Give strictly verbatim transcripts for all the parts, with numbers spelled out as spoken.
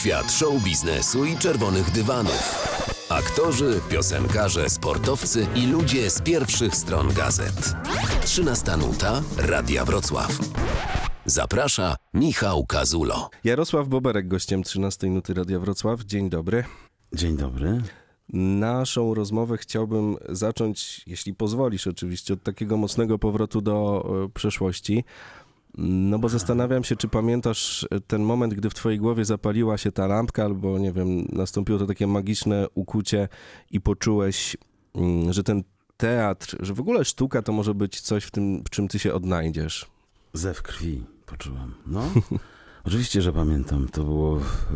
Świat show biznesu i czerwonych dywanów. Aktorzy, piosenkarze, sportowcy i ludzie z pierwszych stron gazet. Trzynasta nuta Radia Wrocław. Zaprasza Michał Kazulo. Jarosław Boberek, gościem trzynastej nuty Radia Wrocław. Dzień dobry. Dzień dobry. Naszą rozmowę chciałbym zacząć, jeśli pozwolisz oczywiście, od takiego mocnego powrotu do e, przeszłości. No bo zastanawiam się, czy pamiętasz ten moment, gdy w twojej głowie zapaliła się ta lampka, albo nie wiem, nastąpiło to takie magiczne ukucie i poczułeś, że ten teatr, że w ogóle sztuka to może być coś, w tym, w czym ty się odnajdziesz. Zew krwi poczułem. No, oczywiście, że pamiętam. To było, w,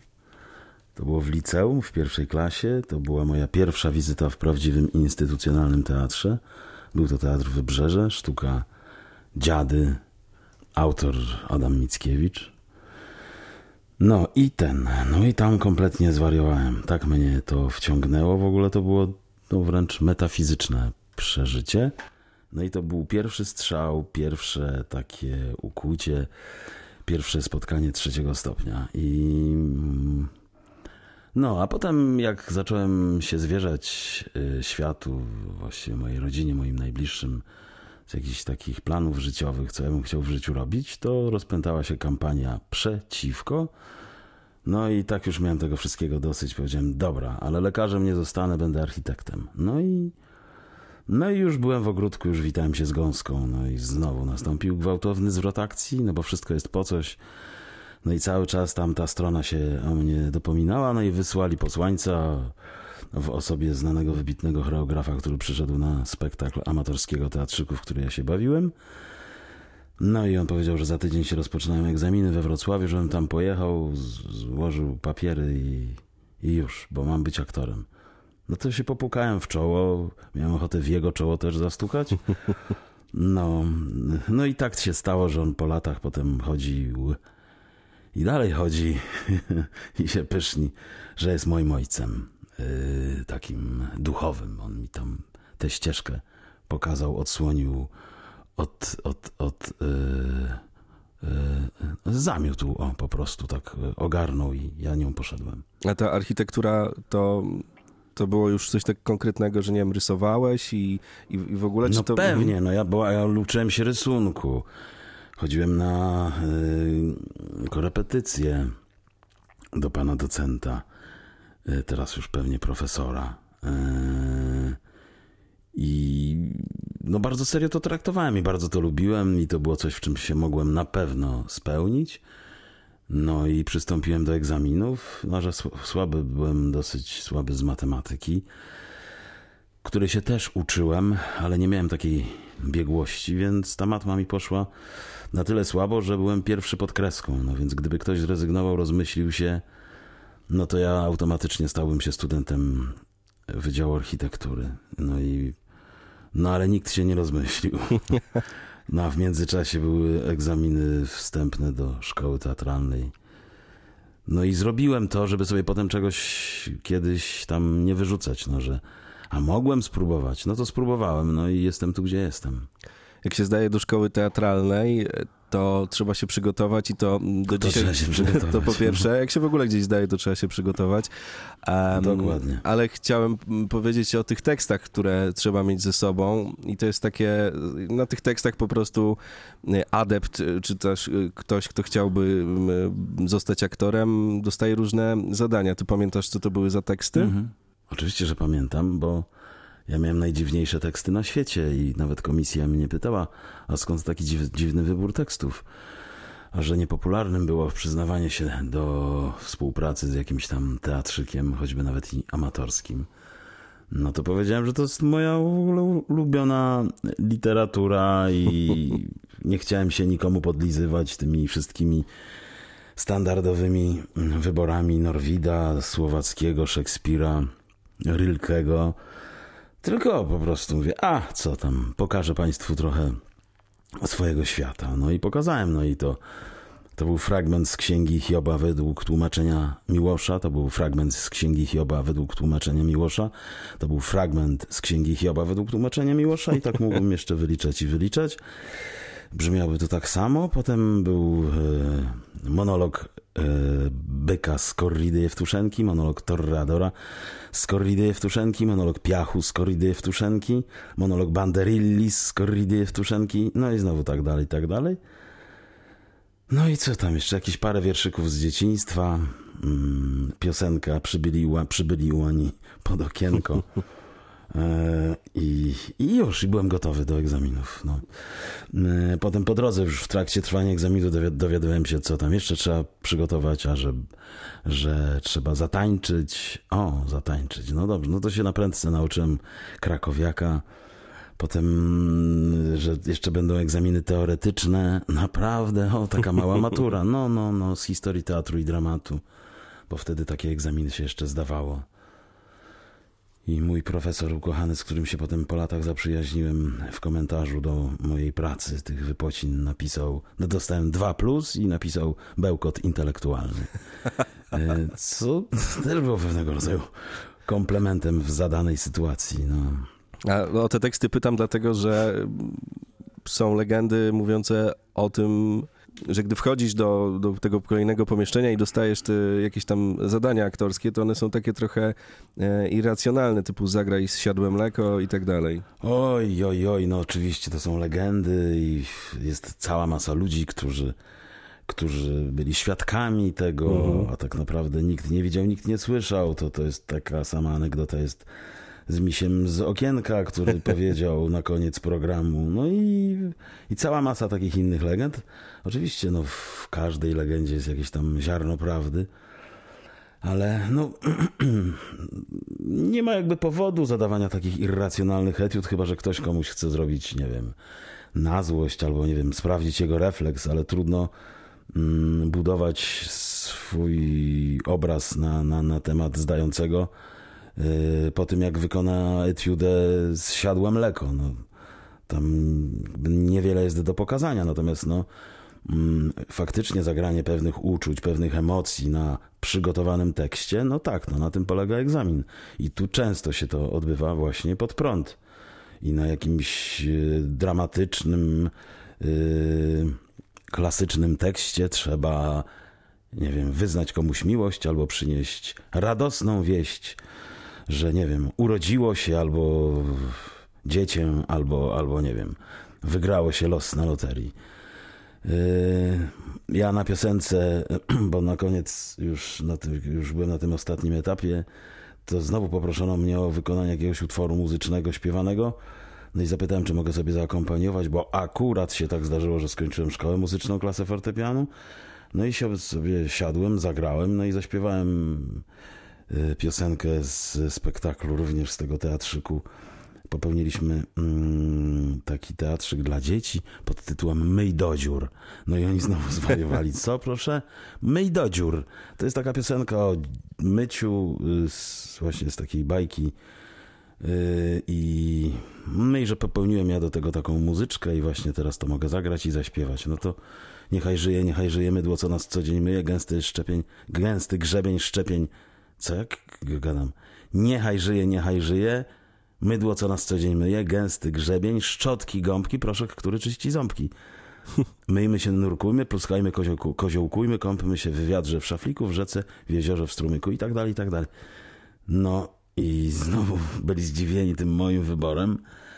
to było w liceum, w pierwszej klasie. To była moja pierwsza wizyta w prawdziwym instytucjonalnym teatrze. Był to Teatr Wybrzeże, sztuka Dziady, autor Adam Mickiewicz. No i ten, no i tam kompletnie zwariowałem. Tak mnie to wciągnęło. W ogóle to było no, wręcz metafizyczne przeżycie. No i to był pierwszy strzał, pierwsze takie ukucie, pierwsze spotkanie trzeciego stopnia. I no, a potem jak zacząłem się zwierzać światu, właściwie mojej rodzinie, moim najbliższym, z jakichś takich planów życiowych, co ja bym chciał w życiu robić, to rozpętała się kampania przeciwko. No i tak już miałem tego wszystkiego dosyć. Powiedziałem, dobra, ale lekarzem nie zostanę, będę architektem. No i no i już byłem w ogródku, już witałem się z gąską. No i znowu nastąpił gwałtowny zwrot akcji, no bo wszystko jest po coś. No i cały czas tam ta strona się o mnie dopominała, no i wysłali posłańca w osobie znanego, wybitnego choreografa, który przyszedł na spektakl amatorskiego teatrzyku, w który ja się bawiłem. No i on powiedział, że za tydzień się rozpoczynają egzaminy we Wrocławiu, żebym tam pojechał, złożył papiery i, i już, bo mam być aktorem. No to się popukałem w czoło, miałem ochotę w jego czoło też zastukać. No, no i tak się stało, że on po latach potem chodził i dalej chodzi i się pyszni, że jest moim ojcem. Yy, takim duchowym. On mi tam tę ścieżkę pokazał, odsłonił, od, od, od yy, yy, zamiótł, o, po prostu tak ogarnął i ja nią poszedłem. A ta architektura to, to było już coś tak konkretnego, że nie wiem, rysowałeś i, i, i w ogóle? Czy no to... pewnie, no ja, bo ja uczyłem się rysunku. Chodziłem na yy, korepetycje do pana docenta. Teraz już pewnie profesora. I no bardzo serio to traktowałem i bardzo to lubiłem i to było coś, w czym się mogłem na pewno spełnić. No i przystąpiłem do egzaminów, no że słaby byłem, dosyć słaby z matematyki, której się też uczyłem, ale nie miałem takiej biegłości, więc ta matma mi poszła na tyle słabo, że byłem pierwszy pod kreską. No więc gdyby ktoś zrezygnował, rozmyślił się, no to ja automatycznie stałbym się studentem Wydziału Architektury. No i no ale nikt się nie rozmyślił. No a w międzyczasie były egzaminy wstępne do szkoły teatralnej. No i zrobiłem to, żeby sobie potem czegoś kiedyś tam nie wyrzucać, no że a mogłem spróbować, no to spróbowałem, no i jestem tu, gdzie jestem. Jak się zdaje do szkoły teatralnej, to trzeba się przygotować i to do to dzisiaj... Trzeba się przygotować. To po pierwsze, jak się w ogóle gdzieś zdaje, to trzeba się przygotować. Um, Dokładnie. Ale chciałem powiedzieć o tych tekstach, które trzeba mieć ze sobą i to jest takie, na tych tekstach po prostu adept, czy też ktoś, kto chciałby zostać aktorem, dostaje różne zadania. Ty pamiętasz, co to były za teksty? Mhm. Oczywiście, że pamiętam, bo ja miałem najdziwniejsze teksty na świecie i nawet komisja mnie pytała, a skąd taki dziw, dziwny wybór tekstów? A że niepopularnym było przyznawanie się do współpracy z jakimś tam teatrzykiem, choćby nawet i amatorskim. No to powiedziałem, że to jest moja w ogóle ulubiona literatura i nie chciałem się nikomu podlizywać tymi wszystkimi standardowymi wyborami Norwida, Słowackiego, Szekspira, Rylkego. Tylko po prostu mówię, a co tam, pokażę państwu trochę swojego świata. No i pokazałem, no i to, to był fragment z Księgi Hioba według tłumaczenia Miłosza, to był fragment z Księgi Hioba według tłumaczenia Miłosza, to był fragment z Księgi Hioba według tłumaczenia Miłosza i tak mógłbym jeszcze wyliczać i wyliczać. Brzmiałoby to tak samo. Potem był monolog Byka z Korridy Jewtuszenki, monolog Torreadora z Korridy Jewtuszenki, monolog Piachu z Korridy Jewtuszenki, monolog Banderilli z Korridy Jewtuszenki, no i znowu tak dalej, tak dalej. No i co tam jeszcze? Jakieś parę wierszyków z dzieciństwa, mm, piosenka Przybyli, ła, przybyli łani pod okienko. E, i, I już, i byłem gotowy do egzaminów. No. E, potem po drodze, już w trakcie trwania egzaminu dowi- dowiadywałem się, co tam jeszcze trzeba przygotować, a że, że trzeba zatańczyć. O, zatańczyć. No dobrze, no to się na prędce nauczyłem krakowiaka. Potem, że jeszcze będą egzaminy teoretyczne. Naprawdę, o, taka mała matura. No, no, no, z historii teatru i dramatu. Bo wtedy takie egzaminy się jeszcze zdawało. I mój profesor ukochany, z którym się potem po latach zaprzyjaźniłem, w komentarzu do mojej pracy, tych wypocin napisał, no dostałem dwa plus i napisał bełkot intelektualny. Co też było pewnego rodzaju komplementem w zadanej sytuacji. No. A o te teksty pytam dlatego, że są legendy mówiące o tym, że gdy wchodzisz do, do tego kolejnego pomieszczenia i dostajesz te jakieś tam zadania aktorskie, to one są takie trochę e, irracjonalne, typu zagraj z siadłe mleko i tak dalej. Oj, oj, oj, no oczywiście to są legendy i jest cała masa ludzi, którzy, którzy byli świadkami tego, mhm. a tak naprawdę nikt nie widział, nikt nie słyszał. To, to jest taka sama anegdota jest z misiem z okienka, który powiedział na koniec programu. No i, i cała masa takich innych legend. Oczywiście no, w każdej legendzie jest jakieś tam ziarno prawdy, ale no, nie ma jakby powodu zadawania takich irracjonalnych etiud, chyba że ktoś komuś chce zrobić, nie wiem, na złość albo, nie wiem, sprawdzić jego refleks, ale trudno mm, budować swój obraz na, na, na temat zdającego po tym, jak wykona etiudę z siadłe mleko. No, tam niewiele jest do pokazania, natomiast no, faktycznie zagranie pewnych uczuć, pewnych emocji na przygotowanym tekście, no tak, no, na tym polega egzamin. I tu często się to odbywa właśnie pod prąd. I na jakimś dramatycznym, yy, klasycznym tekście trzeba, nie wiem, wyznać komuś miłość albo przynieść radosną wieść, że, nie wiem, urodziło się albo dziecię, albo, albo nie wiem, wygrało się los na loterii. Yy, ja na piosence, bo na koniec już, na tym, już byłem na tym ostatnim etapie, to znowu poproszono mnie o wykonanie jakiegoś utworu muzycznego, śpiewanego. No i zapytałem, czy mogę sobie zaakompaniować, bo akurat się tak zdarzyło, że skończyłem szkołę muzyczną, klasę fortepianu. No i się sobie siadłem, zagrałem, no i zaśpiewałem piosenkę z spektaklu, również z tego teatrzyku. Popełniliśmy mm, taki teatrzyk dla dzieci pod tytułem Myj do dziur. No i oni znowu zwariowali. Co, proszę? Myj do dziur. To jest taka piosenka o myciu z, właśnie z takiej bajki. Yy, I no i że popełniłem ja do tego taką muzyczkę i właśnie teraz to mogę zagrać i zaśpiewać. No to niechaj żyje, niechaj żyje mydło, co nas co dzień myje, gęsty szczepień, gęsty grzebień, szczepień. Co jak gadam? Niechaj żyje, niechaj żyje mydło, co nas co dzień myje, gęsty grzebień, szczotki, gąbki, proszek, który czyści ząbki. Myjmy się, nurkujmy, pluskajmy, koziołku, koziołkujmy, kąpmy się w wiadrze, w szafliku, w rzece, w jeziorze, w strumyku i tak dalej, i tak dalej. No i znowu byli zdziwieni tym moim wyborem,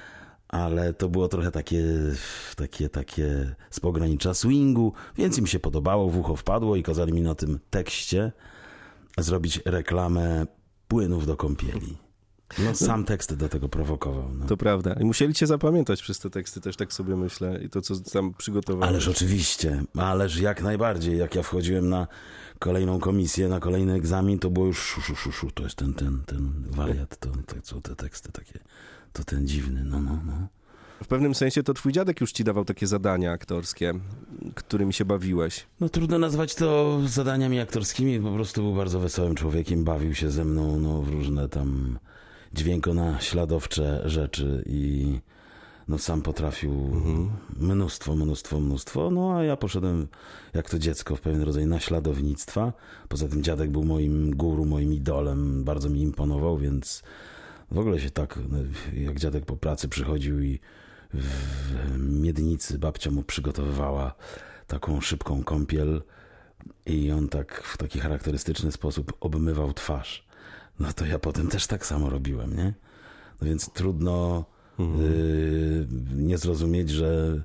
ale to było trochę takie, takie, takie z pogranicza swingu, więc im się podobało, w ucho wpadło i kazali mi na tym tekście zrobić reklamę płynów do kąpieli. No sam tekst do tego prowokował. No. To prawda. I musieli cię zapamiętać przez te teksty, też tak sobie myślę. I to, co tam przygotowałeś. Ależ oczywiście, ależ jak najbardziej. Jak ja wchodziłem na kolejną komisję, na kolejny egzamin, to było już szu, szu, szu, szu. To jest ten, ten, ten wariat, to, to są te teksty takie, to ten dziwny, no, no, no. W pewnym sensie to twój dziadek już ci dawał takie zadania aktorskie, którymi się bawiłeś. No trudno nazwać to zadaniami aktorskimi, po prostu był bardzo wesołym człowiekiem, bawił się ze mną no, w różne tam dźwiękonaśladowcze rzeczy i no, sam potrafił mhm. mnóstwo, mnóstwo, mnóstwo. No a ja poszedłem jak to dziecko w pewien rodzaj naśladownictwa. Poza tym dziadek był moim guru, moim idolem, bardzo mi imponował, więc w ogóle się tak, jak dziadek po pracy przychodził i w miednicy babcia mu przygotowywała taką szybką kąpiel, i on tak w taki charakterystyczny sposób obmywał twarz. No to ja potem też tak samo robiłem, nie? No więc trudno mhm. y, nie zrozumieć, że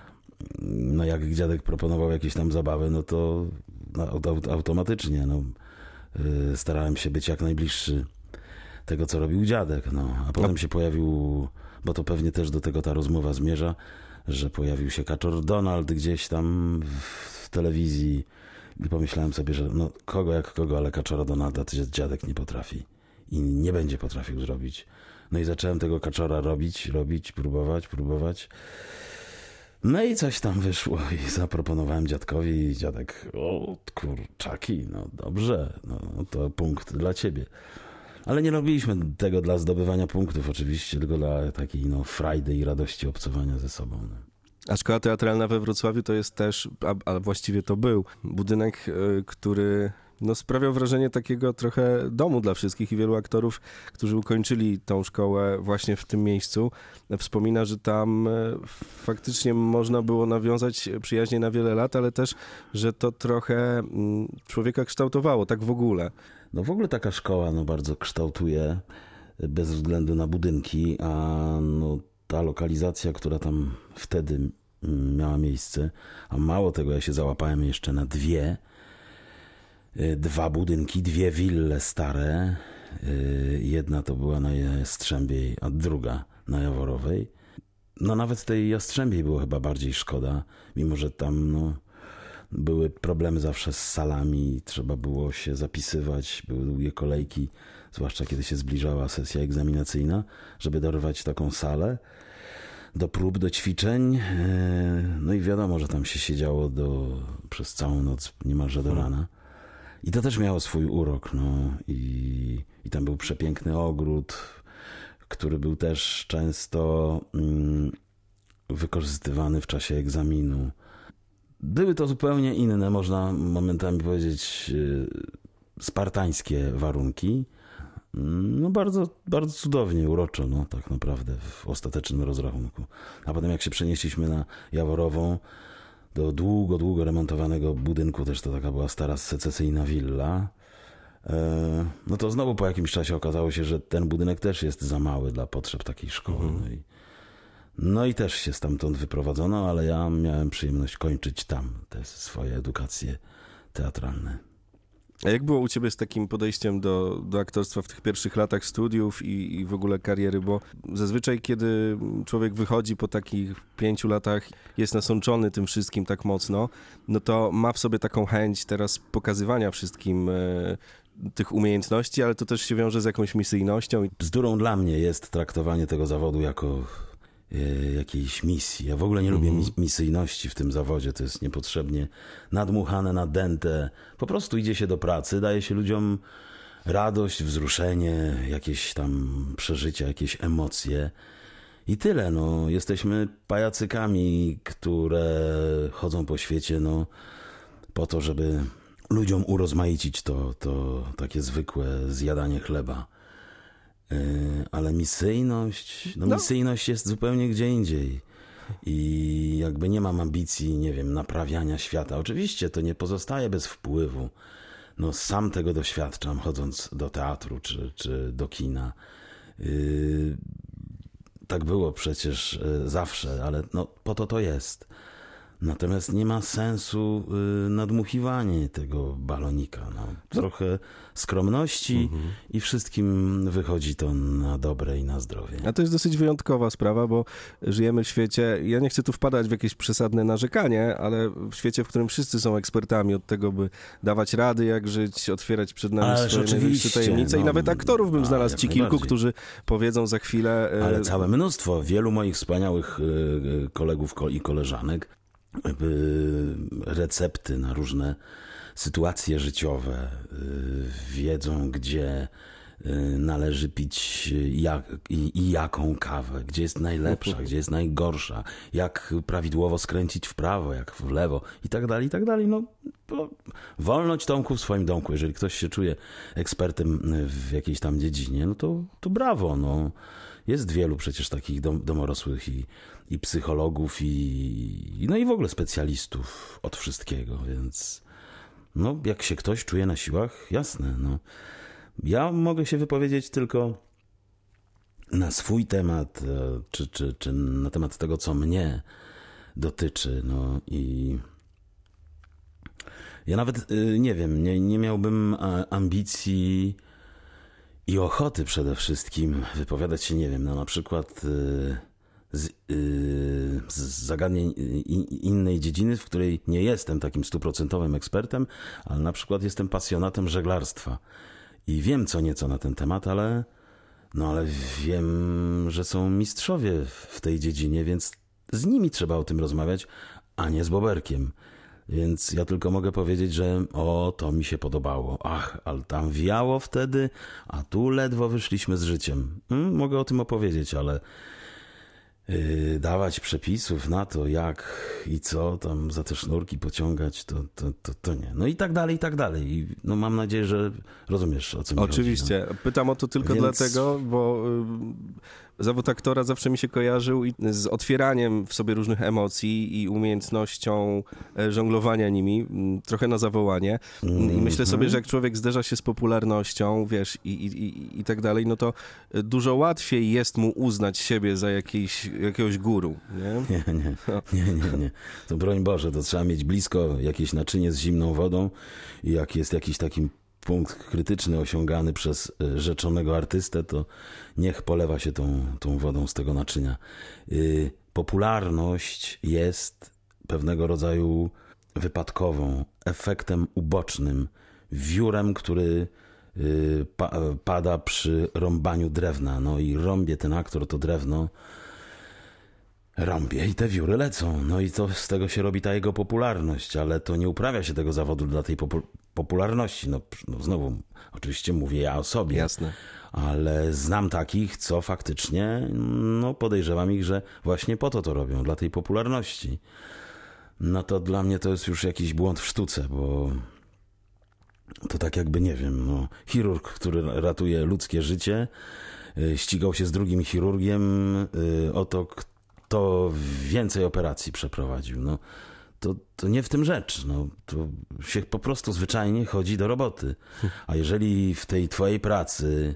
no jak dziadek proponował jakieś tam zabawy, no to no, automatycznie no, y, starałem się być jak najbliższy tego, co robił dziadek. No. A potem się pojawił, bo to pewnie też do tego ta rozmowa zmierza, że pojawił się Kaczor Donald gdzieś tam w telewizji i pomyślałem sobie, że no kogo jak kogo, ale Kaczora Donalda to dziadek nie potrafi i nie będzie potrafił zrobić. No i zacząłem tego Kaczora robić, robić, próbować, próbować. No i coś tam wyszło i zaproponowałem dziadkowi i dziadek, o kurczaki, no dobrze, no to punkt dla ciebie. Ale nie robiliśmy tego dla zdobywania punktów oczywiście, tylko dla takiej no frajdy i radości obcowania ze sobą. No. A Szkoła Teatralna we Wrocławiu to jest też, a, a właściwie to był budynek, y, który no, sprawiał wrażenie takiego trochę domu dla wszystkich i wielu aktorów, którzy ukończyli tą szkołę właśnie w tym miejscu. Wspomina, że tam y, faktycznie można było nawiązać przyjaźnie na wiele lat, ale też, że to trochę y, człowieka kształtowało, tak w ogóle. No w ogóle taka szkoła no, bardzo kształtuje bez względu na budynki, a no, ta lokalizacja, która tam wtedy miała miejsce, a mało tego, ja się załapałem jeszcze na dwie, dwa budynki, dwie wille stare. Jedna to była na Jastrzębiej, a druga na Jaworowej. No nawet tej Jastrzębiej było chyba bardziej szkoda, mimo że tam no, były problemy zawsze z salami, trzeba było się zapisywać, były długie kolejki, zwłaszcza kiedy się zbliżała sesja egzaminacyjna, żeby dorwać taką salę do prób, do ćwiczeń. No i wiadomo, że tam się siedziało do, przez całą noc niemalże do rana. I to też miało swój urok. No. I, i tam był przepiękny ogród, który był też często mm, wykorzystywany w czasie egzaminu. Były to zupełnie inne, można momentami powiedzieć, spartańskie warunki. No bardzo, bardzo cudownie, uroczo, no tak naprawdę w ostatecznym rozrachunku. A potem jak się przenieśliśmy na Jaworową, do długo, długo remontowanego budynku, też to taka była stara secesyjna willa, no to znowu po jakimś czasie okazało się, że ten budynek też jest za mały dla potrzeb takiej szkoły. Mhm. No, i, no i też się stamtąd wyprowadzono, ale ja miałem przyjemność kończyć tam te swoje edukacje teatralne. A jak było u ciebie z takim podejściem do, do aktorstwa w tych pierwszych latach studiów i, i w ogóle kariery? Bo zazwyczaj, kiedy człowiek wychodzi po takich pięciu latach, jest nasączony tym wszystkim tak mocno, no to ma w sobie taką chęć teraz pokazywania wszystkim e, tych umiejętności, ale to też się wiąże z jakąś misyjnością. Bzdurą dla mnie jest traktowanie tego zawodu jako jakiejś misji. Ja w ogóle nie lubię mm. misyjności w tym zawodzie. To jest niepotrzebnie nadmuchane, nadęte. Po prostu idzie się do pracy, daje się ludziom radość, wzruszenie, jakieś tam przeżycia, jakieś emocje. I tyle. No. Jesteśmy pajacykami, które chodzą po świecie no, po to, żeby ludziom urozmaicić to, to takie zwykłe zjadanie chleba. Ale misyjność, no, no misyjność jest zupełnie gdzie indziej i jakby nie mam ambicji, nie wiem, naprawiania świata. Oczywiście to nie pozostaje bez wpływu. No sam tego doświadczam, chodząc do teatru czy, czy do kina. Yy, tak było przecież zawsze, ale no po to to jest. Natomiast nie ma sensu y, nadmuchiwanie tego balonika. No. Trochę skromności mhm. i wszystkim wychodzi to na dobre i na zdrowie. A to jest dosyć wyjątkowa sprawa, bo żyjemy w świecie, ja nie chcę tu wpadać w jakieś przesadne narzekanie, ale w świecie, w którym wszyscy są ekspertami od tego, by dawać rady, jak żyć, otwierać przed nami Ależ swoje największe tajemnice no, i nawet aktorów bym znalazł ci kilku, którzy powiedzą za chwilę... Ale całe mnóstwo, wielu moich wspaniałych y, kolegów i koleżanek recepty na różne sytuacje życiowe, wiedzą, gdzie należy pić jak, i, i jaką kawę, gdzie jest najlepsza, gdzie jest najgorsza, jak prawidłowo skręcić w prawo, jak w lewo i tak dalej, i tak dalej. No, wolność Tomku w swoim domku. Jeżeli ktoś się czuje ekspertem w jakiejś tam dziedzinie, no to, to brawo, no. Jest wielu przecież takich dom, domorosłych i, i psychologów i, no i w ogóle specjalistów od wszystkiego, więc No, jak się ktoś czuje na siłach, jasne. No. Ja mogę się wypowiedzieć tylko na swój temat, czy, czy, czy na temat tego, co mnie dotyczy. No i ja nawet nie wiem, nie, nie miałbym ambicji i ochoty przede wszystkim wypowiadać się, nie wiem, no na przykład z, z zagadnień innej dziedziny, w której nie jestem takim stuprocentowym ekspertem, ale na przykład jestem pasjonatem żeglarstwa i wiem co nieco na ten temat, ale no ale wiem, że są mistrzowie w tej dziedzinie, więc z nimi trzeba o tym rozmawiać, a nie z Boberkiem. Więc ja tylko mogę powiedzieć, że o, to mi się podobało. Ach, ale tam wiało wtedy, a tu ledwo wyszliśmy z życiem. Hmm, mogę o tym opowiedzieć, ale yy, dawać przepisów na to, jak i co tam za te sznurki pociągać, to, to, to, to nie. No i tak dalej, i tak dalej. I no mam nadzieję, że rozumiesz, o co mi Oczywiście. chodzi. No. Pytam o to tylko Więc... dlatego, bo y, zawód aktora zawsze mi się kojarzył i z otwieraniem w sobie różnych emocji i umiejętnością żonglowania nimi, trochę na zawołanie. Mm-hmm. I myślę sobie, że jak człowiek zderza się z popularnością, wiesz, i, i, i, i tak dalej, no to dużo łatwiej jest mu uznać siebie za jakiś, jakiegoś guru, nie? Nie, nie, nie, nie, nie. To broń Boże, to trzeba mieć blisko jakieś naczynie z zimną wodą i jak jest jakiś taki punkt krytyczny osiągany przez rzeczonego artystę, to niech polewa się tą, tą wodą z tego naczynia. Yy, popularność jest pewnego rodzaju wypadkową, efektem ubocznym, wiórem, który yy, pa, pada przy rąbaniu drewna. No i rąbie ten aktor to drewno, rąbie i te wióry lecą. No i to z tego się robi ta jego popularność, ale to nie uprawia się tego zawodu dla tej popu- popularności. No, no znowu, oczywiście mówię ja o sobie. Jasne. Ale znam takich, co faktycznie, no podejrzewam ich, że właśnie po to to robią, dla tej popularności. No to dla mnie to jest już jakiś błąd w sztuce, bo to tak jakby, nie wiem, no, chirurg, który ratuje ludzkie życie, ścigał się z drugim chirurgiem o to, kto więcej operacji przeprowadził. No, to, to nie w tym rzecz. No, to się po prostu zwyczajnie chodzi do roboty. A jeżeli w tej twojej pracy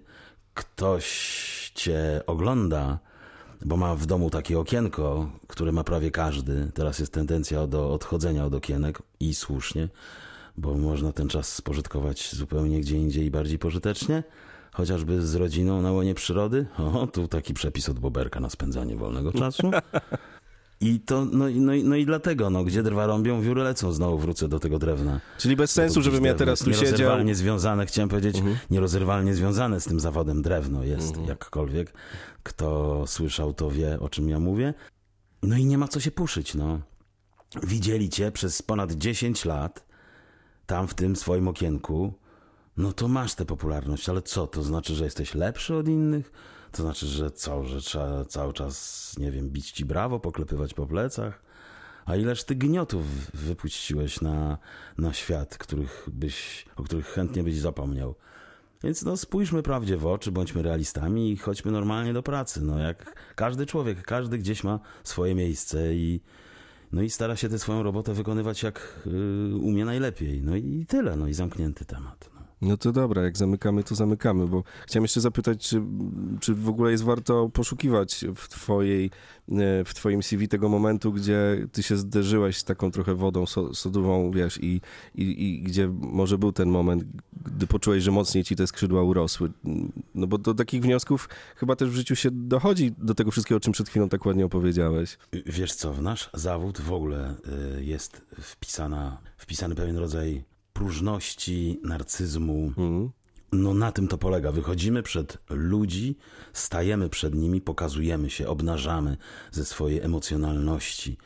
ktoś cię ogląda, bo ma w domu takie okienko, które ma prawie każdy, teraz jest tendencja do odchodzenia od okienek i słusznie, bo można ten czas spożytkować zupełnie gdzie indziej i bardziej pożytecznie, chociażby z rodziną na łonie przyrody. O, tu taki przepis od Boberka na spędzanie wolnego czasu. I to, no, no, no i dlatego, no, gdzie drwa rąbią, wióry lecą, znowu wrócę do tego drewna. Czyli bez sensu, żebym ja teraz tu siedział. Nierozerwalnie związane, chciałem powiedzieć, Mhm. nierozerwalnie związane z tym zawodem drewno jest, Mhm. jakkolwiek. Kto słyszał, to wie, o czym ja mówię. No i nie ma co się puszyć, no. Widzieli cię przez ponad dziesięć lat, tam w tym swoim okienku, no to masz tę popularność, ale co? To znaczy, że jesteś lepszy od innych? To znaczy, że co? Że trzeba cały czas, nie wiem, bić ci brawo, poklepywać po plecach? A ileż ty gniotów wypuściłeś na, na świat, których byś, o których chętnie byś zapomniał. Więc no spójrzmy prawdzie w oczy, bądźmy realistami i chodźmy normalnie do pracy. No jak każdy człowiek, każdy gdzieś ma swoje miejsce i no i stara się tę swoją robotę wykonywać jak yy, umie najlepiej. No i tyle, no i zamknięty temat. No. No to dobra, jak zamykamy, to zamykamy, bo chciałem jeszcze zapytać, czy, czy w ogóle jest warto poszukiwać w twojej, w twoim C V tego momentu, gdzie ty się zderzyłeś z taką trochę wodą so, sodową, wiesz, i, i, i gdzie może był ten moment, gdy poczułeś, że mocniej ci te skrzydła urosły. No bo do takich wniosków chyba też w życiu się dochodzi, do tego wszystkiego, o czym przed chwilą tak ładnie opowiedziałeś. Wiesz co, w nasz zawód w ogóle jest wpisana, wpisany pewien rodzaj próżności, narcyzmu. Mm. No na tym to polega. Wychodzimy przed ludzi, stajemy przed nimi, pokazujemy się, obnażamy ze swojej emocjonalności.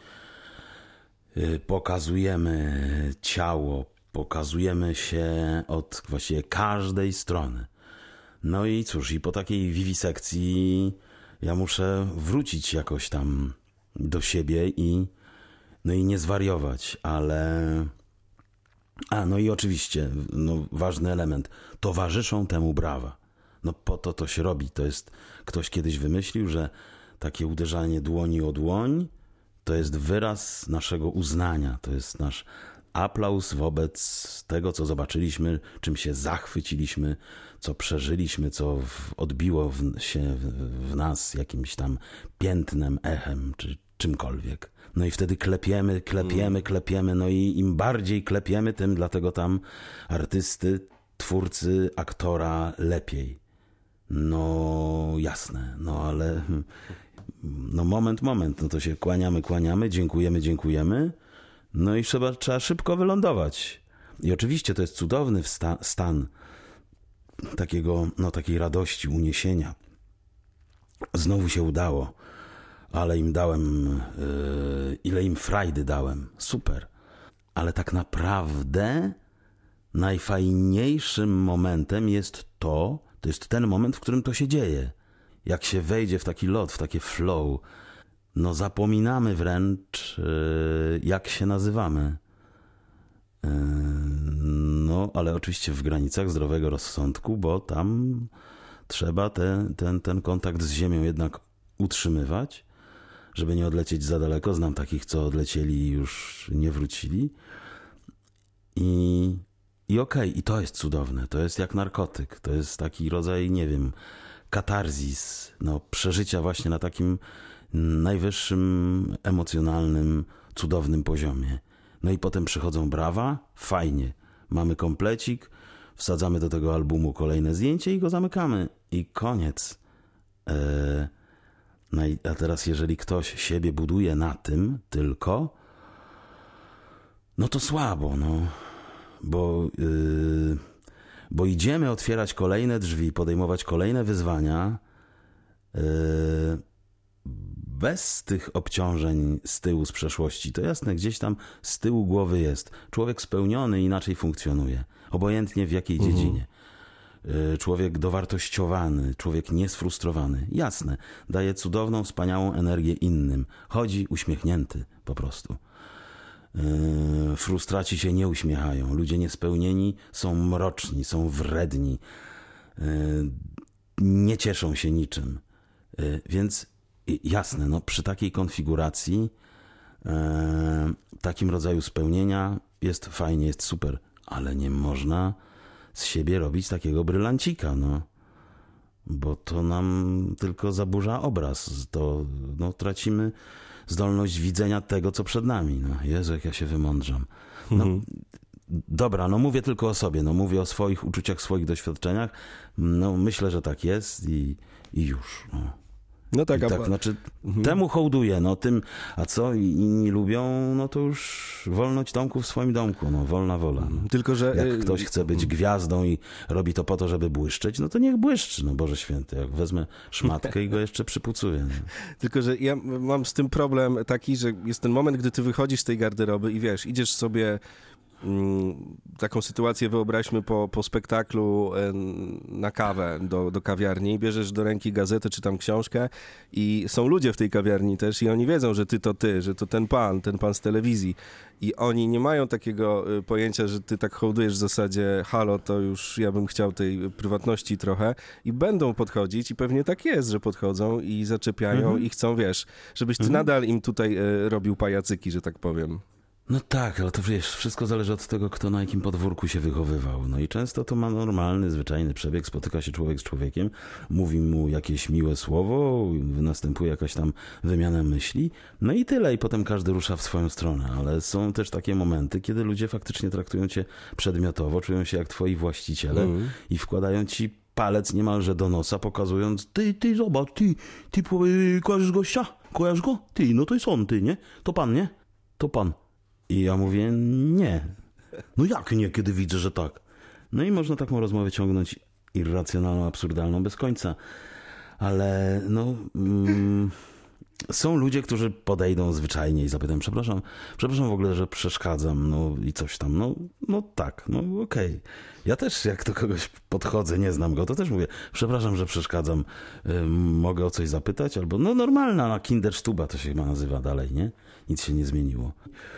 Pokazujemy ciało, pokazujemy się od właściwie każdej strony. No i cóż, i po takiej wiwisekcji ja muszę wrócić jakoś tam do siebie i no i nie zwariować, ale... A, no i oczywiście, no, ważny element, towarzyszą temu brawa. No po to to się robi. To jest, ktoś kiedyś wymyślił, że takie uderzanie dłoni o dłoń to jest wyraz naszego uznania, to jest nasz aplauz wobec tego, co zobaczyliśmy, czym się zachwyciliśmy, co przeżyliśmy, co w, odbiło w, się w, w nas jakimś tam piętnem, echem czy czymkolwiek. No i wtedy klepiemy, klepiemy, klepiemy, no i im bardziej klepiemy, tym dlatego tam artysty, twórcy, aktora lepiej. No jasne, no ale no moment, moment, no to się kłaniamy, kłaniamy, dziękujemy, dziękujemy, no i trzeba, trzeba szybko wylądować. I oczywiście to jest cudowny wsta- stan takiego, no takiej radości, uniesienia. Znowu się udało, ale im dałem, yy, ile im frajdy dałem, super. Ale tak naprawdę najfajniejszym momentem jest to, to jest ten moment, w którym to się dzieje. Jak się wejdzie w taki lot, w takie flow, no zapominamy wręcz, yy, jak się nazywamy. Yy, no, ale oczywiście w granicach zdrowego rozsądku, bo tam trzeba te, ten, ten kontakt z ziemią jednak utrzymywać, żeby nie odlecieć za daleko. Znam takich, co odlecieli i już nie wrócili. I, i okej, i to jest cudowne. To jest jak narkotyk. To jest taki rodzaj, nie wiem, katarzis, no, przeżycia właśnie na takim najwyższym, emocjonalnym, cudownym poziomie. No i potem przychodzą brawa, fajnie. Mamy komplecik, wsadzamy do tego albumu kolejne zdjęcie i go zamykamy. I koniec. Eee, no i, a teraz jeżeli ktoś siebie buduje na tym tylko, no to słabo, no. Bo, yy, bo idziemy otwierać kolejne drzwi, podejmować kolejne wyzwania yy, bez tych obciążeń z tyłu, z przeszłości. To jasne, gdzieś tam z tyłu głowy jest. Człowiek spełniony inaczej funkcjonuje. Obojętnie w jakiej mhm. dziedzinie. Człowiek dowartościowany, człowiek niesfrustrowany. Jasne, daje cudowną, wspaniałą energię innym. Chodzi uśmiechnięty po prostu. Yy, frustraci się nie uśmiechają. Ludzie niespełnieni są mroczni, są wredni. Yy, nie cieszą się niczym. Yy, więc jasne, no, przy takiej konfiguracji, yy, takim rodzaju spełnienia jest fajnie, jest super, ale nie można z siebie robić takiego brylancika, no. Bo to nam tylko zaburza obraz. To, no, tracimy zdolność widzenia tego, co przed nami. No, Jezu, jak ja się wymądrzam. No, mhm. Dobra, no mówię tylko o sobie, no mówię o swoich uczuciach, swoich doświadczeniach. No myślę, że tak jest i, i już. No. No tak, I tak, a... znaczy mhm. temu hołduję, no tym, a co inni lubią, no to już wolność domku w swoim domku, no wolna wola. No. Tylko, że... Jak ktoś chce być gwiazdą i robi to po to, żeby błyszczeć, no to niech błyszczy, no Boże Święty, jak wezmę szmatkę i go jeszcze przypucuję. No. Tylko, że ja mam z tym problem taki, że jest ten moment, gdy ty wychodzisz z tej garderoby i wiesz, idziesz sobie... Taką sytuację wyobraźmy po, po spektaklu na kawę do, do kawiarni, bierzesz do ręki gazetę czy tam książkę i są ludzie w tej kawiarni też i oni wiedzą, że ty to ty, że to ten pan, ten pan z telewizji i oni nie mają takiego pojęcia, że ty tak hołdujesz w zasadzie halo, to już ja bym chciał tej prywatności trochę i będą podchodzić i pewnie tak jest, że podchodzą i zaczepiają mhm. i chcą, wiesz, żebyś ty mhm. nadal im tutaj robił pajacyki, że tak powiem. No tak, ale to wiesz, wszystko zależy od tego, kto na jakim podwórku się wychowywał. No i często to ma normalny, zwyczajny przebieg. Spotyka się człowiek z człowiekiem, mówi mu jakieś miłe słowo, następuje jakaś tam wymiana myśli, no i tyle. I potem każdy rusza w swoją stronę. Ale są też takie momenty, kiedy ludzie faktycznie traktują cię przedmiotowo, czują się jak twoi właściciele mm. i wkładają ci palec niemalże do nosa, pokazując ty, ty, zobacz, ty, ty, ty kojarzysz gościa? Kojarzysz go? Ty, no to jest on, ty, nie? To pan, nie? To pan. I ja mówię, nie. No jak nie, kiedy widzę, że tak? No i można taką rozmowę ciągnąć irracjonalną, absurdalną bez końca. Ale no... Mm, są ludzie, którzy podejdą zwyczajnie i zapytają, przepraszam, przepraszam w ogóle, że przeszkadzam, no i coś tam. No, no tak, no okej. Okay. Ja też jak do kogoś podchodzę, nie znam go, to też mówię, przepraszam, że przeszkadzam, yy, mogę o coś zapytać? Albo no normalna, na Kinderstuba to się chyba nazywa dalej, nie? Nic się nie zmieniło.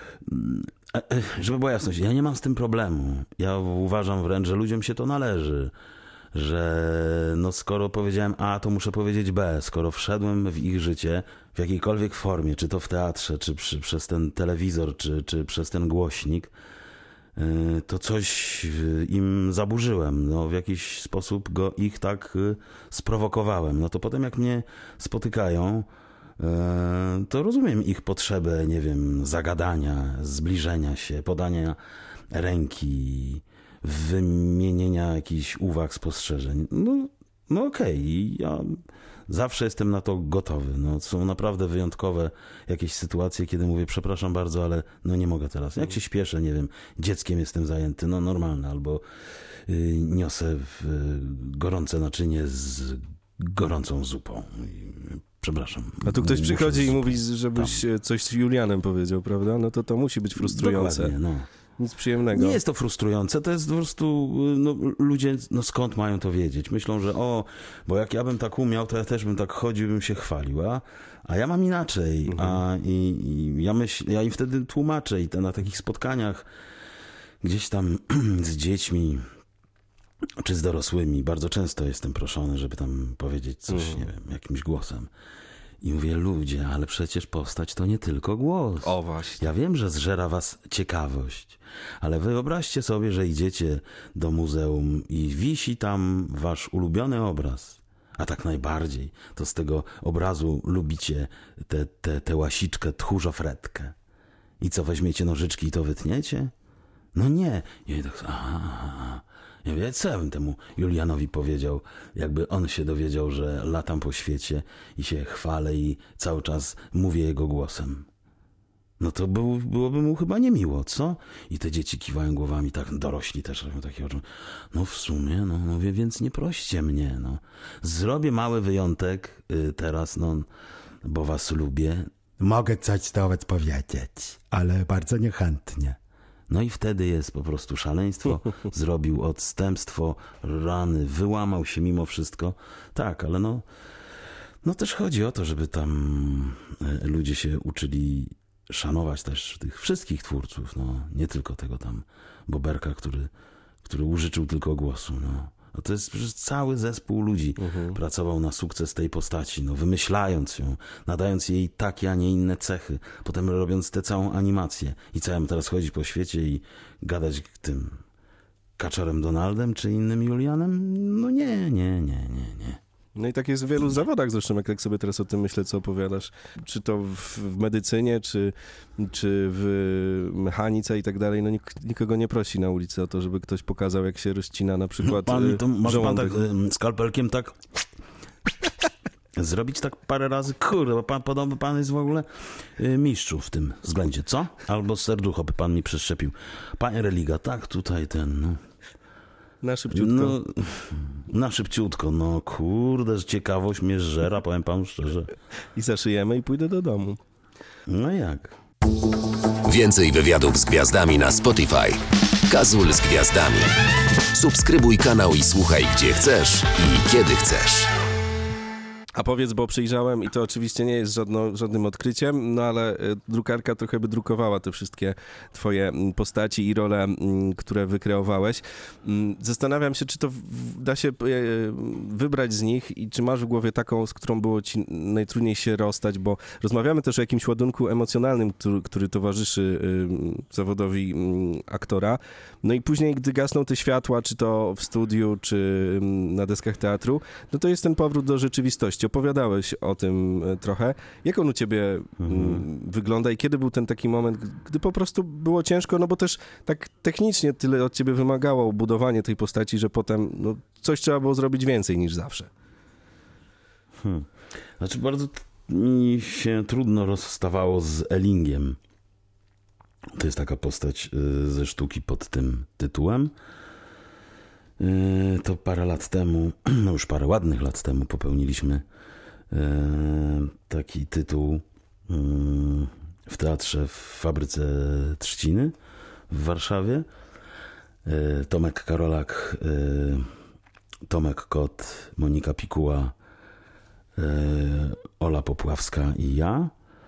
Żeby była jasność, ja nie mam z tym problemu. Ja uważam wręcz, że ludziom się to należy. Że no skoro powiedziałem A, to muszę powiedzieć B. Skoro wszedłem w ich życie w jakiejkolwiek formie, czy to w teatrze, czy przy, przez ten telewizor, czy, czy przez ten głośnik, to coś im zaburzyłem, no, w jakiś sposób go, ich tak sprowokowałem. No to potem jak mnie spotykają, to rozumiem ich potrzebę, nie wiem, zagadania, zbliżenia się, podania ręki, wymienienia jakichś uwag, spostrzeżeń. No, no okej, okay. Ja zawsze jestem na to gotowy. No, są naprawdę wyjątkowe jakieś sytuacje, kiedy mówię, przepraszam bardzo, ale no nie mogę teraz. Jak się śpieszę, nie wiem, dzieckiem jestem zajęty, no normalne, albo y, niosę w, y, gorące naczynie z gorącą zupą. Przepraszam. A tu ktoś Muszę przychodzi z... i mówi, żebyś tam coś z Julianem powiedział, prawda? No to to musi być frustrujące. Dokładnie, no. Nic przyjemnego. Nie jest to frustrujące, to jest po prostu, no, ludzie, no skąd mają to wiedzieć? Myślą, że o, bo jak ja bym tak umiał, to ja też bym tak chodził, bym się chwalił, a, a ja mam inaczej, mhm. a i, i ja, myśl, ja im wtedy tłumaczę i te, na takich spotkaniach gdzieś tam z dziećmi czy z dorosłymi, bardzo często jestem proszony, żeby tam powiedzieć coś, mhm. nie wiem, jakimś głosem. I mówię, ludzie, ale przecież postać to nie tylko głos. O właśnie. Ja wiem, że zżera was ciekawość, ale wyobraźcie sobie, że idziecie do muzeum i wisi tam wasz ulubiony obraz. A tak najbardziej to z tego obrazu lubicie tę te, te, te łasiczkę, tchórzofretkę. I co, weźmiecie nożyczki i to wytniecie? No nie. I tak, aha. Ja wiem, co ja bym temu Julianowi powiedział, jakby on się dowiedział, że latam po świecie i się chwalę i cały czas mówię jego głosem. No to był, byłoby mu chyba niemiło, co? I te dzieci kiwają głowami, tak dorośli też robią takie oczy. No w sumie, no mówię, więc nie proście mnie, no. Zrobię mały wyjątek y, teraz, no, bo was lubię. Mogę coś z tobą powiedzieć, ale bardzo niechętnie. No i wtedy jest po prostu szaleństwo, zrobił odstępstwo, rany, wyłamał się mimo wszystko. Tak, ale no, no też chodzi o to, żeby tam ludzie się uczyli szanować też tych wszystkich twórców, no nie tylko tego tam Boberka, który, który użyczył tylko głosu, no. No to jest przecież cały zespół ludzi uh-huh. pracował na sukces tej postaci, no wymyślając ją, nadając jej takie, a nie inne cechy, potem robiąc tę całą animację. I co, ja mam teraz chodzić po świecie i gadać tym Kaczorem Donaldem czy innym Julianem? No nie, nie, nie, nie, nie. No i tak jest w wielu zawodach zresztą, jak tak sobie teraz o tym myślę, co opowiadasz. Czy to w, w medycynie, czy, czy w mechanice i tak dalej. No nik, nikogo nie prosi na ulicy o to, żeby ktoś pokazał, jak się rozcina na przykład pan, to może pan tak żołądek. Skalpelkiem tak zrobić tak parę razy? Kurde, bo pan, podobno pan jest w ogóle mistrzu w tym względzie, co? Albo serducho by pan mi przeszczepił. Panie Religa, tak tutaj ten, no. Na szybciutko. No, na szybciutko, no kurde, że ciekawość mnie żera, powiem panu szczerze. I zaszyjemy i pójdę do domu. No jak? Więcej wywiadów z gwiazdami na Spotify. Kazul z gwiazdami. Subskrybuj kanał i słuchaj gdzie chcesz i kiedy chcesz. A powiedz, bo przyjrzałem i to oczywiście nie jest żadno, żadnym odkryciem, no ale drukarka trochę by drukowała te wszystkie twoje postaci i role, które wykreowałeś. Zastanawiam się, czy to da się wybrać z nich i czy masz w głowie taką, z którą było ci najtrudniej się rozstać, bo rozmawiamy też o jakimś ładunku emocjonalnym, który, który towarzyszy zawodowi aktora. No i później, gdy gasną te światła, czy to w studiu, czy na deskach teatru, no to jest ten powrót do rzeczywistości. Opowiadałeś o tym trochę. Jak on u ciebie mhm. wygląda i kiedy był ten taki moment, gdy po prostu było ciężko, no bo też tak technicznie tyle od ciebie wymagało budowanie tej postaci, że potem no, coś trzeba było zrobić więcej niż zawsze. Hmm. Znaczy bardzo t- mi się trudno rozstawało z Ellingiem. To jest taka postać y, ze sztuki pod tym tytułem. To parę lat temu, no już parę ładnych lat temu popełniliśmy taki tytuł w teatrze w Fabryce Trzciny w Warszawie. Tomek Karolak, Tomek Kot, Monika Pikuła, Ola Popławska i ja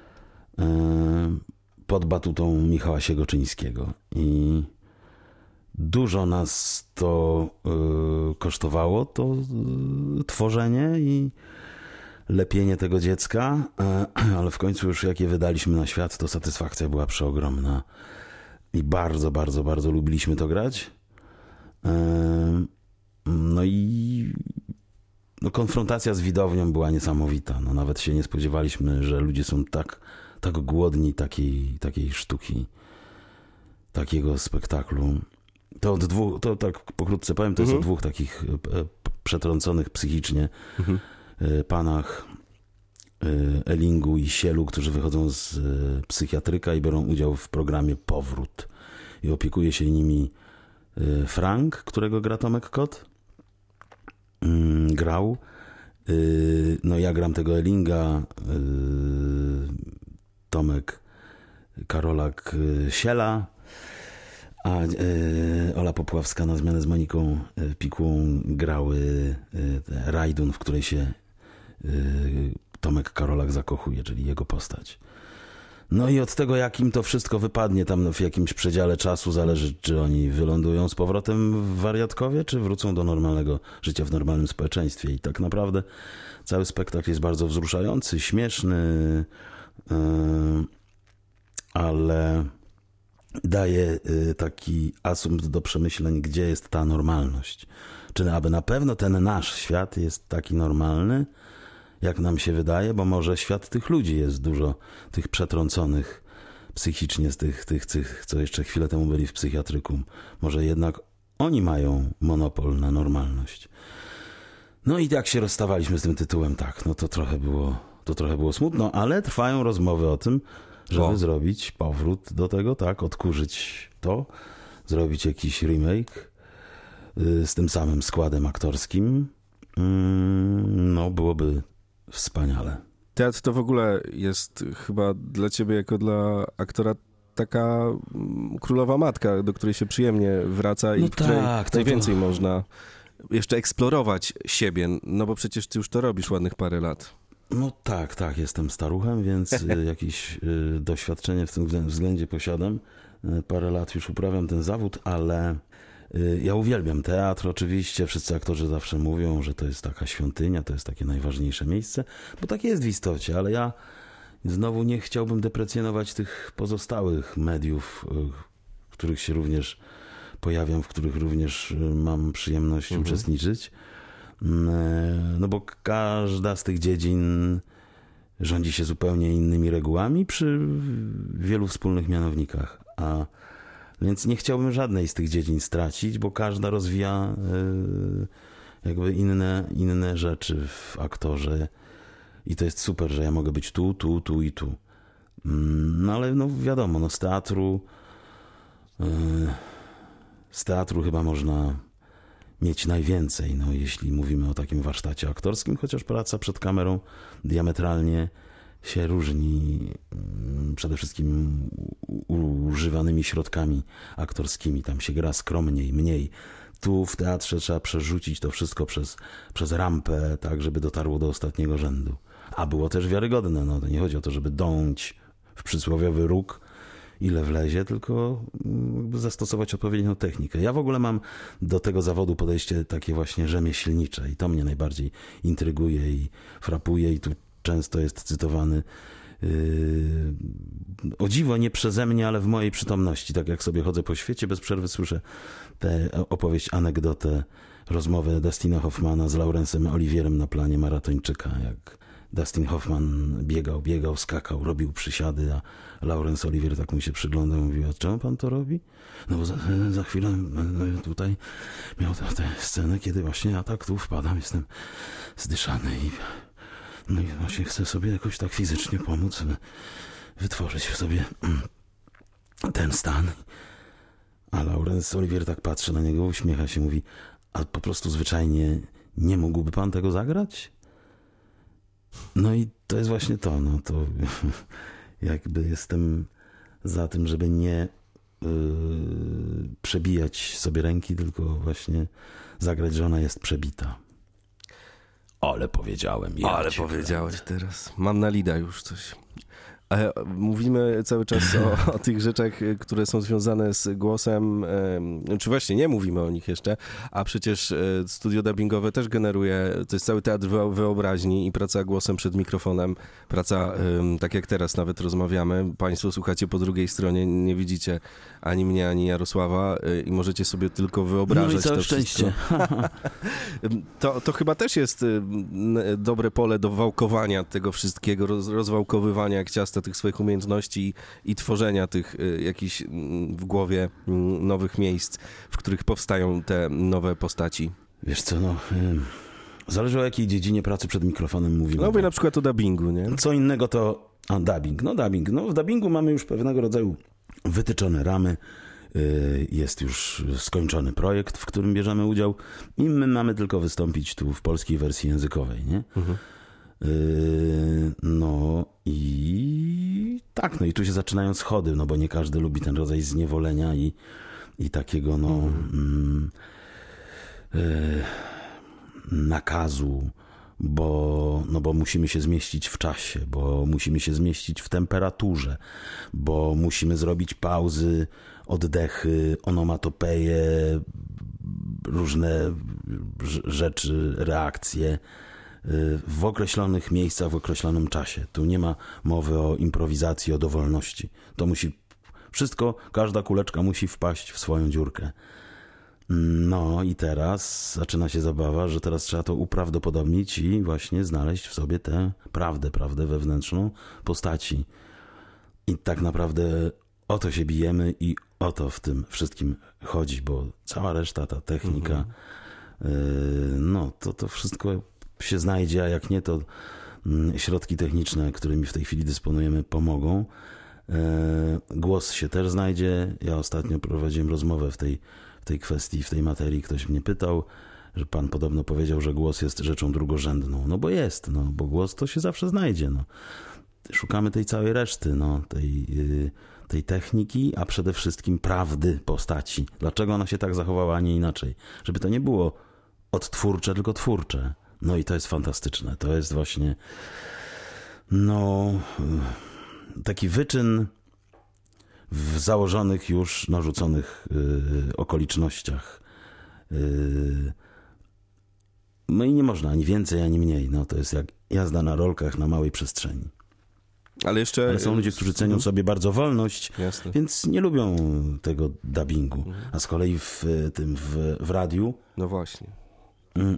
pod batutą Michała Siegoczyńskiego. I dużo nas to y, kosztowało, to y, tworzenie i lepienie tego dziecka, y, ale w końcu już jak je wydaliśmy na świat, to satysfakcja była przeogromna. i bardzo, bardzo, bardzo lubiliśmy to grać. No i no konfrontacja z widownią była niesamowita. No nawet się nie spodziewaliśmy, że ludzie są tak, tak głodni takiej, takiej sztuki, takiego spektaklu. To od dwóch, to tak pokrótce powiem, to mhm. jest o dwóch takich przetrąconych psychicznie mhm. panach, Elingu i Sielu, którzy wychodzą z psychiatryka i biorą udział w programie Powrót. I opiekuje się nimi Frank, którego gra Tomek Kot. Grał. No ja gram tego Elinga, Tomek Karolak Siela, a Ola Popławska na zmianę z Moniką Pikułą grały Rajdun, w której się Tomek Karolak zakochuje, czyli jego postać. No i od tego, jak im to wszystko wypadnie tam w jakimś przedziale czasu, zależy, czy oni wylądują z powrotem w wariatkowie, czy wrócą do normalnego życia w normalnym społeczeństwie. I tak naprawdę cały spektakl jest bardzo wzruszający, śmieszny, yy, ale daje yy, taki asumpt do przemyśleń, gdzie jest ta normalność. Czy aby na pewno ten nasz świat jest taki normalny, jak nam się wydaje, bo może świat tych ludzi jest dużo, tych przetrąconych psychicznie z tych, tych, tych, co jeszcze chwilę temu byli w psychiatrykum. Może jednak oni mają monopol na normalność. No i jak się rozstawaliśmy z tym tytułem, tak, no to trochę było, to trochę było smutno, ale trwają rozmowy o tym, żeby o. zrobić powrót do tego, tak, odkurzyć to, zrobić jakiś remake y, z tym samym składem aktorskim. Mm, no, byłoby wspaniale. Teatr to w ogóle jest chyba dla ciebie jako dla aktora taka królowa matka, do której się przyjemnie wraca i no w której tak, to najwięcej to... można jeszcze eksplorować siebie, no bo przecież ty już to robisz ładnych parę lat. No tak, tak, jestem staruchem, więc jakieś doświadczenie w tym względzie posiadam. Parę lat już uprawiam ten zawód, ale ja uwielbiam teatr oczywiście. Wszyscy aktorzy zawsze mówią, że to jest taka świątynia, to jest takie najważniejsze miejsce, bo tak jest w istocie, ale ja znowu nie chciałbym deprecjonować tych pozostałych mediów, w których się również pojawiam, w których również mam przyjemność mhm. uczestniczyć. No bo każda z tych dziedzin rządzi się zupełnie innymi regułami przy wielu wspólnych mianownikach. A więc nie chciałbym żadnej z tych dziedzin stracić, bo każda rozwija jakby inne, inne rzeczy w aktorze. I to jest super, że ja mogę być tu, tu, tu i tu. No ale no wiadomo, no z teatru z teatru chyba można mieć najwięcej, no jeśli mówimy o takim warsztacie aktorskim, chociaż praca przed kamerą diametralnie się różni przede wszystkim używanymi środkami aktorskimi. Tam się gra skromniej, mniej. Tu w teatrze trzeba przerzucić to wszystko przez, przez rampę, tak żeby dotarło do ostatniego rzędu. A było też wiarygodne. No, to nie chodzi o to, żeby dąć w przysłowiowy róg, ile wlezie, tylko jakby zastosować odpowiednią technikę. Ja w ogóle mam do tego zawodu podejście takie właśnie rzemieślnicze i to mnie najbardziej intryguje i frapuje i tu często jest cytowany yy, o dziwo nie przeze mnie, ale w mojej przytomności. Tak jak sobie chodzę po świecie, bez przerwy słyszę tę opowieść, anegdotę, rozmowę Dustina Hoffmana z Laurensem Olivierem na planie Maratończyka, jak Dustin Hoffman biegał, biegał, skakał, robił przysiady, a Laurence Olivier tak mu się przyglądał i mówił, a czemu pan to robi? No bo za, za chwilę no, tutaj miał tę scenę, kiedy właśnie ja tak tu wpadam, jestem zdyszany i no i właśnie chcę sobie jakoś tak fizycznie pomóc, żeby wytworzyć w sobie ten stan. A Laurence Olivier tak patrzy na niego, uśmiecha się, mówi, a po prostu zwyczajnie nie mógłby pan tego zagrać? No i to jest właśnie to, no to jakby jestem za tym, żeby nie yy, przebijać sobie ręki, tylko właśnie zagrać, że ona jest przebita. Ale powiedziałem. Ja Ale powiedziałeś teraz. Mam na lida już coś. Ale mówimy cały czas o, o tych rzeczach, które są związane z głosem, e, czy właśnie nie mówimy o nich jeszcze, a przecież e, studio dubbingowe też generuje, to jest cały teatr wyobraźni i praca głosem przed mikrofonem, praca, e, tak jak teraz nawet rozmawiamy, państwo słuchacie po drugiej stronie, nie widzicie ani mnie, ani Jarosława e, i możecie sobie tylko wyobrażać no i całe to szczęście. to, to chyba też jest e, dobre pole do wałkowania tego wszystkiego, roz, rozwałkowywania jak ciasta tych swoich umiejętności i, i tworzenia tych y, jakichś y, w głowie y, nowych miejsc, w których powstają te nowe postaci. Wiesz co, no... Y, zależy o jakiej dziedzinie pracy przed mikrofonem mówimy. No mówię na przykład o dubbingu, nie? Co innego to... A, dubbing. No dubbing. No w dubbingu mamy już pewnego rodzaju wytyczone ramy. Y, jest już skończony projekt, w którym bierzemy udział i my mamy tylko wystąpić tu w polskiej wersji językowej, nie? Mhm. No i tak, no i tu się zaczynają schody, no bo nie każdy lubi ten rodzaj zniewolenia i, i takiego no mm, y, nakazu, bo, no bo musimy się zmieścić w czasie, bo musimy się zmieścić w temperaturze, bo musimy zrobić pauzy, oddechy, onomatopeje, różne rzeczy, reakcje w określonych miejscach, w określonym czasie. Tu nie ma mowy o improwizacji, o dowolności. To musi wszystko, każda kuleczka musi wpaść w swoją dziurkę. No i teraz zaczyna się zabawa, że teraz trzeba to uprawdopodobnić i właśnie znaleźć w sobie tę prawdę, prawdę wewnętrzną postaci. I tak naprawdę o to się bijemy i o to w tym wszystkim chodzi, bo cała reszta, ta technika, mhm. yy, no to, to wszystko się znajdzie, a jak nie, to środki techniczne, którymi w tej chwili dysponujemy, pomogą. Głos się też znajdzie. Ja ostatnio prowadziłem rozmowę w tej, w tej kwestii, w tej materii. Ktoś mnie pytał, że pan podobno powiedział, że głos jest rzeczą drugorzędną. No bo jest, no, bo głos to się zawsze znajdzie. No. Szukamy tej całej reszty, no, tej, tej techniki, a przede wszystkim prawdy postaci. Dlaczego ona się tak zachowała, a nie inaczej? Żeby to nie było odtwórcze, tylko twórcze. No i to jest fantastyczne. To jest właśnie no taki wyczyn w założonych już, narzuconych yy, okolicznościach. Yy, no i nie można ani więcej, ani mniej. No to jest jak jazda na rolkach na małej przestrzeni. Ale jeszcze... Ale są ludzie, którzy cenią sobie bardzo wolność, Jasne. Więc nie lubią tego dubbingu. A z kolei w tym w, w radiu... No właśnie. Yy,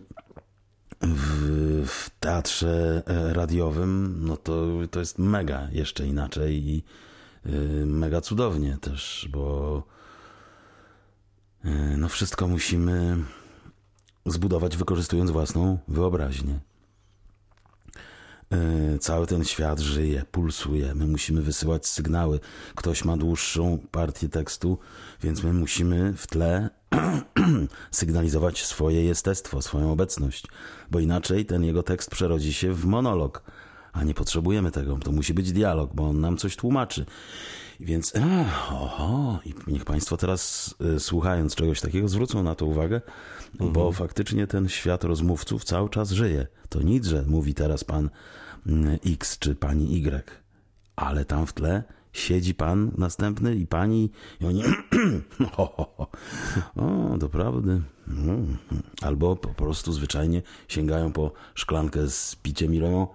W, w teatrze radiowym, no to, to jest mega jeszcze inaczej i y, mega cudownie też, bo y, no wszystko musimy zbudować wykorzystując własną wyobraźnię. Y, cały ten świat żyje, pulsuje, my musimy wysyłać sygnały. Ktoś ma dłuższą partię tekstu, więc my musimy w tle sygnalizować swoje jestestwo, swoją obecność, bo inaczej ten jego tekst przerodzi się w monolog, a nie potrzebujemy tego. To musi być dialog, bo on nam coś tłumaczy. Więc ach, oho, i niech państwo teraz y, słuchając czegoś takiego zwrócą na to uwagę, mhm. bo faktycznie ten świat rozmówców cały czas żyje. To nic, że mówi teraz pan y, X czy pani Y, ale tam w tle siedzi pan następny i pani i oni o, doprawdy. Albo po prostu zwyczajnie sięgają po szklankę z piciem i robią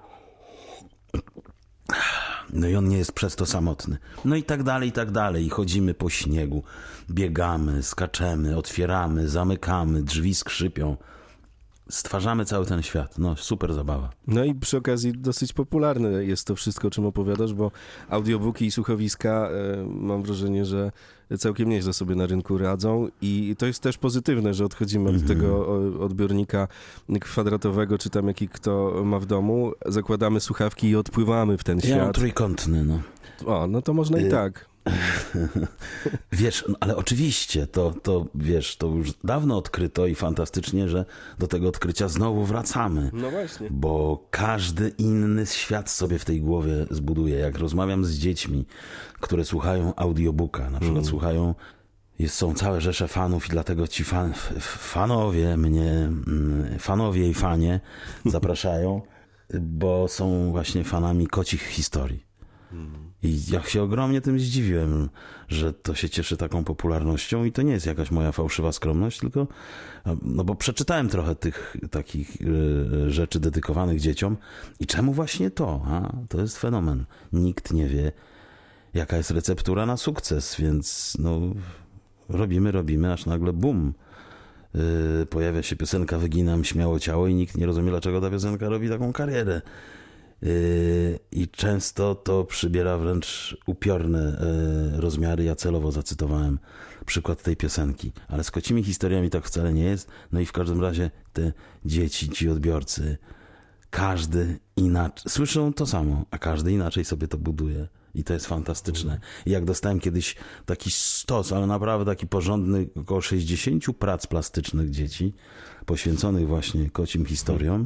no i on nie jest przez to samotny. No i tak dalej, i tak dalej. I chodzimy po śniegu, biegamy, skaczemy, otwieramy, zamykamy, drzwi skrzypią. Stwarzamy cały ten świat. No, super zabawa. No i przy okazji dosyć popularne jest to wszystko, o czym opowiadasz, bo audiobooki i słuchowiska e, mam wrażenie, że całkiem nieźle sobie na rynku radzą i to jest też pozytywne, że odchodzimy mm-hmm. od tego odbiornika kwadratowego, czy tam jaki kto ma w domu, zakładamy słuchawki i odpływamy w ten ja świat. Ja mam trójkątny, no. O, no to można i tak. Wiesz, ale oczywiście, to, to wiesz, to już dawno odkryto i fantastycznie, że do tego odkrycia znowu wracamy. No właśnie. Bo każdy inny świat sobie w tej głowie zbuduje. Jak rozmawiam z dziećmi, które słuchają audiobooka, na przykład mm. słuchają, jest, są całe rzesze fanów i dlatego ci fan, fanowie mnie, fanowie i fanie zapraszają, bo są właśnie fanami kocich historii. I ja się ogromnie tym zdziwiłem, że to się cieszy taką popularnością i to nie jest jakaś moja fałszywa skromność, tylko no bo przeczytałem trochę tych takich y, rzeczy dedykowanych dzieciom i czemu właśnie to? A? To jest fenomen. Nikt nie wie, jaka jest receptura na sukces, więc no robimy, robimy, aż nagle bum. Yy, pojawia się piosenka Wyginam śmiało ciało i nikt nie rozumie, dlaczego ta piosenka robi taką karierę. Yy, I często to przybiera wręcz upiorne yy, rozmiary. Ja celowo zacytowałem przykład tej piosenki, ale z kocimi historiami tak wcale nie jest. No i w każdym razie te dzieci, ci odbiorcy, każdy inaczej, słyszą to samo, a każdy inaczej sobie to buduje. I to jest fantastyczne. I jak dostałem kiedyś taki stos, ale naprawdę taki porządny, około sześćdziesiąt prac plastycznych dzieci, poświęconych właśnie kocim historiom,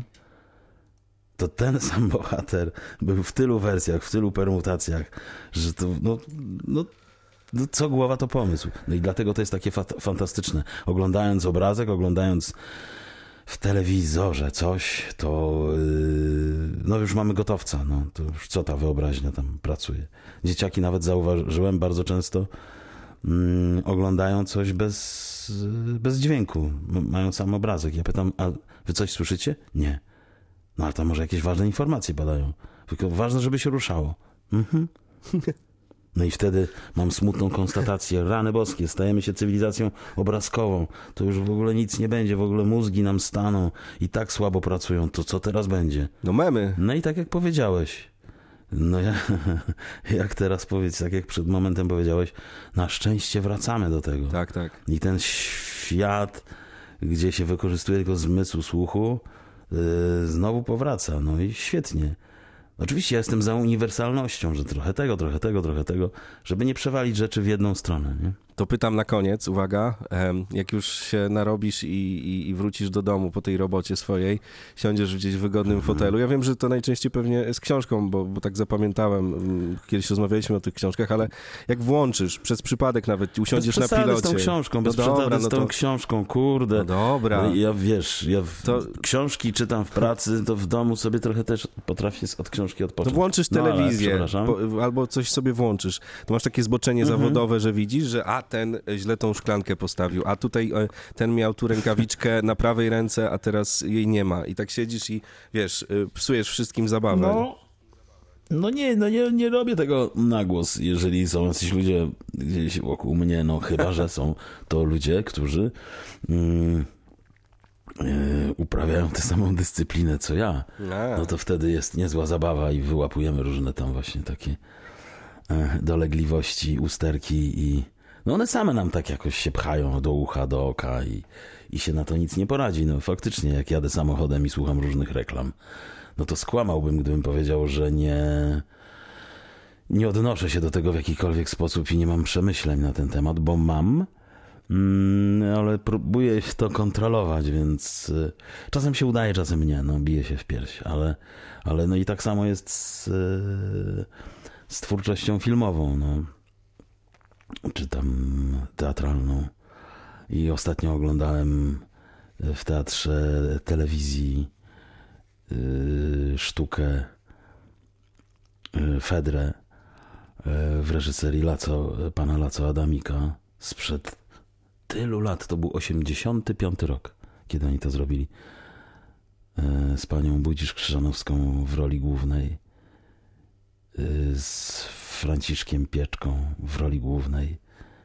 to ten sam bohater był w tylu wersjach, w tylu permutacjach, że to, no, no, no co głowa to pomysł. No i dlatego to jest takie fa- fantastyczne. Oglądając obrazek, oglądając w telewizorze coś, to yy, no już mamy gotowca, no to już co ta wyobraźnia tam pracuje. Dzieciaki nawet zauważyłem bardzo często yy, oglądają coś bez, yy, bez dźwięku, mają sam obrazek. Ja pytam, a wy coś słyszycie? Nie. No ale tam może jakieś ważne informacje padają. Tylko ważne, żeby się ruszało. Mhm. No i wtedy mam smutną konstatację. Rany boskie, stajemy się cywilizacją obrazkową. To już w ogóle nic nie będzie, w ogóle mózgi nam staną i tak słabo pracują. To co teraz będzie? No memy. No i tak jak powiedziałeś. No ja, jak teraz powiedzieć, tak jak przed momentem powiedziałeś, na szczęście wracamy do tego. Tak, tak. I ten świat, gdzie się wykorzystuje tylko zmysł słuchu, yy, znowu powraca. No i świetnie. Oczywiście ja jestem za uniwersalnością, że trochę tego, trochę tego, trochę tego, żeby nie przewalić rzeczy w jedną stronę, nie? To pytam na koniec, uwaga, jak już się narobisz i, i, i wrócisz do domu po tej robocie swojej, siądziesz gdzieś w wygodnym mhm. fotelu. Ja wiem, że to najczęściej pewnie z książką, bo, bo tak zapamiętałem, kiedyś rozmawialiśmy o tych książkach, ale jak włączysz, przez przypadek nawet usiądziesz bez na pilocie. z tą książką, bez no przesady dobra, z no tą to... książką, kurde. No dobra. Ja wiesz, ja w... to... książki czytam w pracy, to w domu sobie trochę też potrafię od książki odpocząć. To włączysz no, telewizję, bo, albo coś sobie włączysz. To masz takie zboczenie mhm. zawodowe, że widzisz, że a ten źle tą szklankę postawił, a tutaj ten miał tu rękawiczkę na prawej ręce, a teraz jej nie ma. I tak siedzisz i wiesz, psujesz wszystkim zabawę. No, no nie, no nie, nie robię tego na głos, jeżeli są jacyś ludzie gdzieś wokół mnie, no chyba, że są to ludzie, którzy mm, yy, uprawiają tę samą dyscyplinę, co ja. A. No to wtedy jest niezła zabawa i wyłapujemy różne tam właśnie takie yy, dolegliwości, usterki i no one same nam tak jakoś się pchają do ucha, do oka i, i się na to nic nie poradzi. No faktycznie, jak jadę samochodem i słucham różnych reklam, no to skłamałbym, gdybym powiedział, że nie, nie odnoszę się do tego w jakikolwiek sposób i nie mam przemyśleń na ten temat, bo mam, mm, ale próbuję to kontrolować, więc y, czasem się udaje, czasem nie, no biję się w pierś, ale, ale no i tak samo jest z, y, z twórczością filmową, no. Czy tam teatralną. I ostatnio oglądałem w teatrze telewizji yy, sztukę yy, Fedrę yy, w reżyserii Laco, pana Laco Adamika sprzed tylu lat. To był osiemdziesiąty piąty rok, kiedy oni to zrobili. Yy, z panią Budzisz-Krzyżanowską w roli głównej. Yy, z Franciszkiem Pieczką w roli głównej.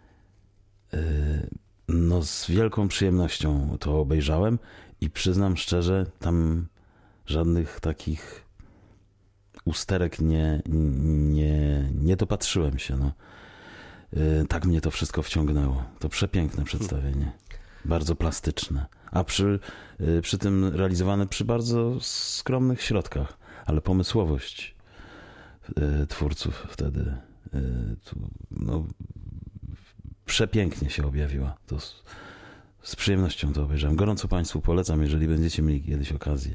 No z wielką przyjemnością to obejrzałem i przyznam szczerze, tam żadnych takich usterek nie, nie, nie dopatrzyłem się. No. Tak mnie to wszystko wciągnęło. To przepiękne przedstawienie. Bardzo plastyczne. A przy, przy tym realizowane przy bardzo skromnych środkach. Ale pomysłowość twórców wtedy no, przepięknie się objawiła. To z, z przyjemnością to obejrzałem. Gorąco Państwu polecam, jeżeli będziecie mieli kiedyś okazję.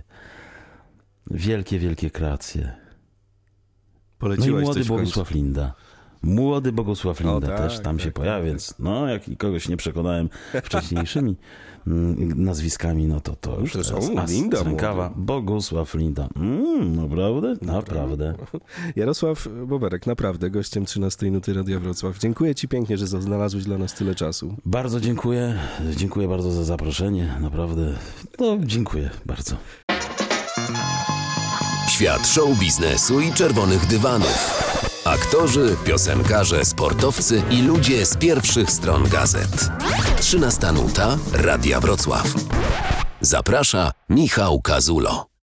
Wielkie, wielkie kreacje. Poleciłeś no i młody coś Bogusław Linda. Młody Bogusław Linda O, tak, też tam tak, się tak, pojawia, tak. więc no, jak i kogoś nie przekonałem wcześniejszymi mm, nazwiskami, no to to już to teraz są as Linda z rękawa. Bogusław Linda. Mm, naprawdę? Naprawdę. Jarosław Boberek, naprawdę gościem trzynastej Nuty Radia Wrocław. Dziękuję ci pięknie, że znalazłeś dla nas tyle czasu. Bardzo dziękuję. Dziękuję bardzo za zaproszenie. Naprawdę. No, dziękuję bardzo. Świat show biznesu i czerwonych dywanów. Aktorzy, piosenkarze, sportowcy i ludzie z pierwszych stron gazet. trzynasta Nuta Radia Wrocław. Zaprasza Michał Kazulo.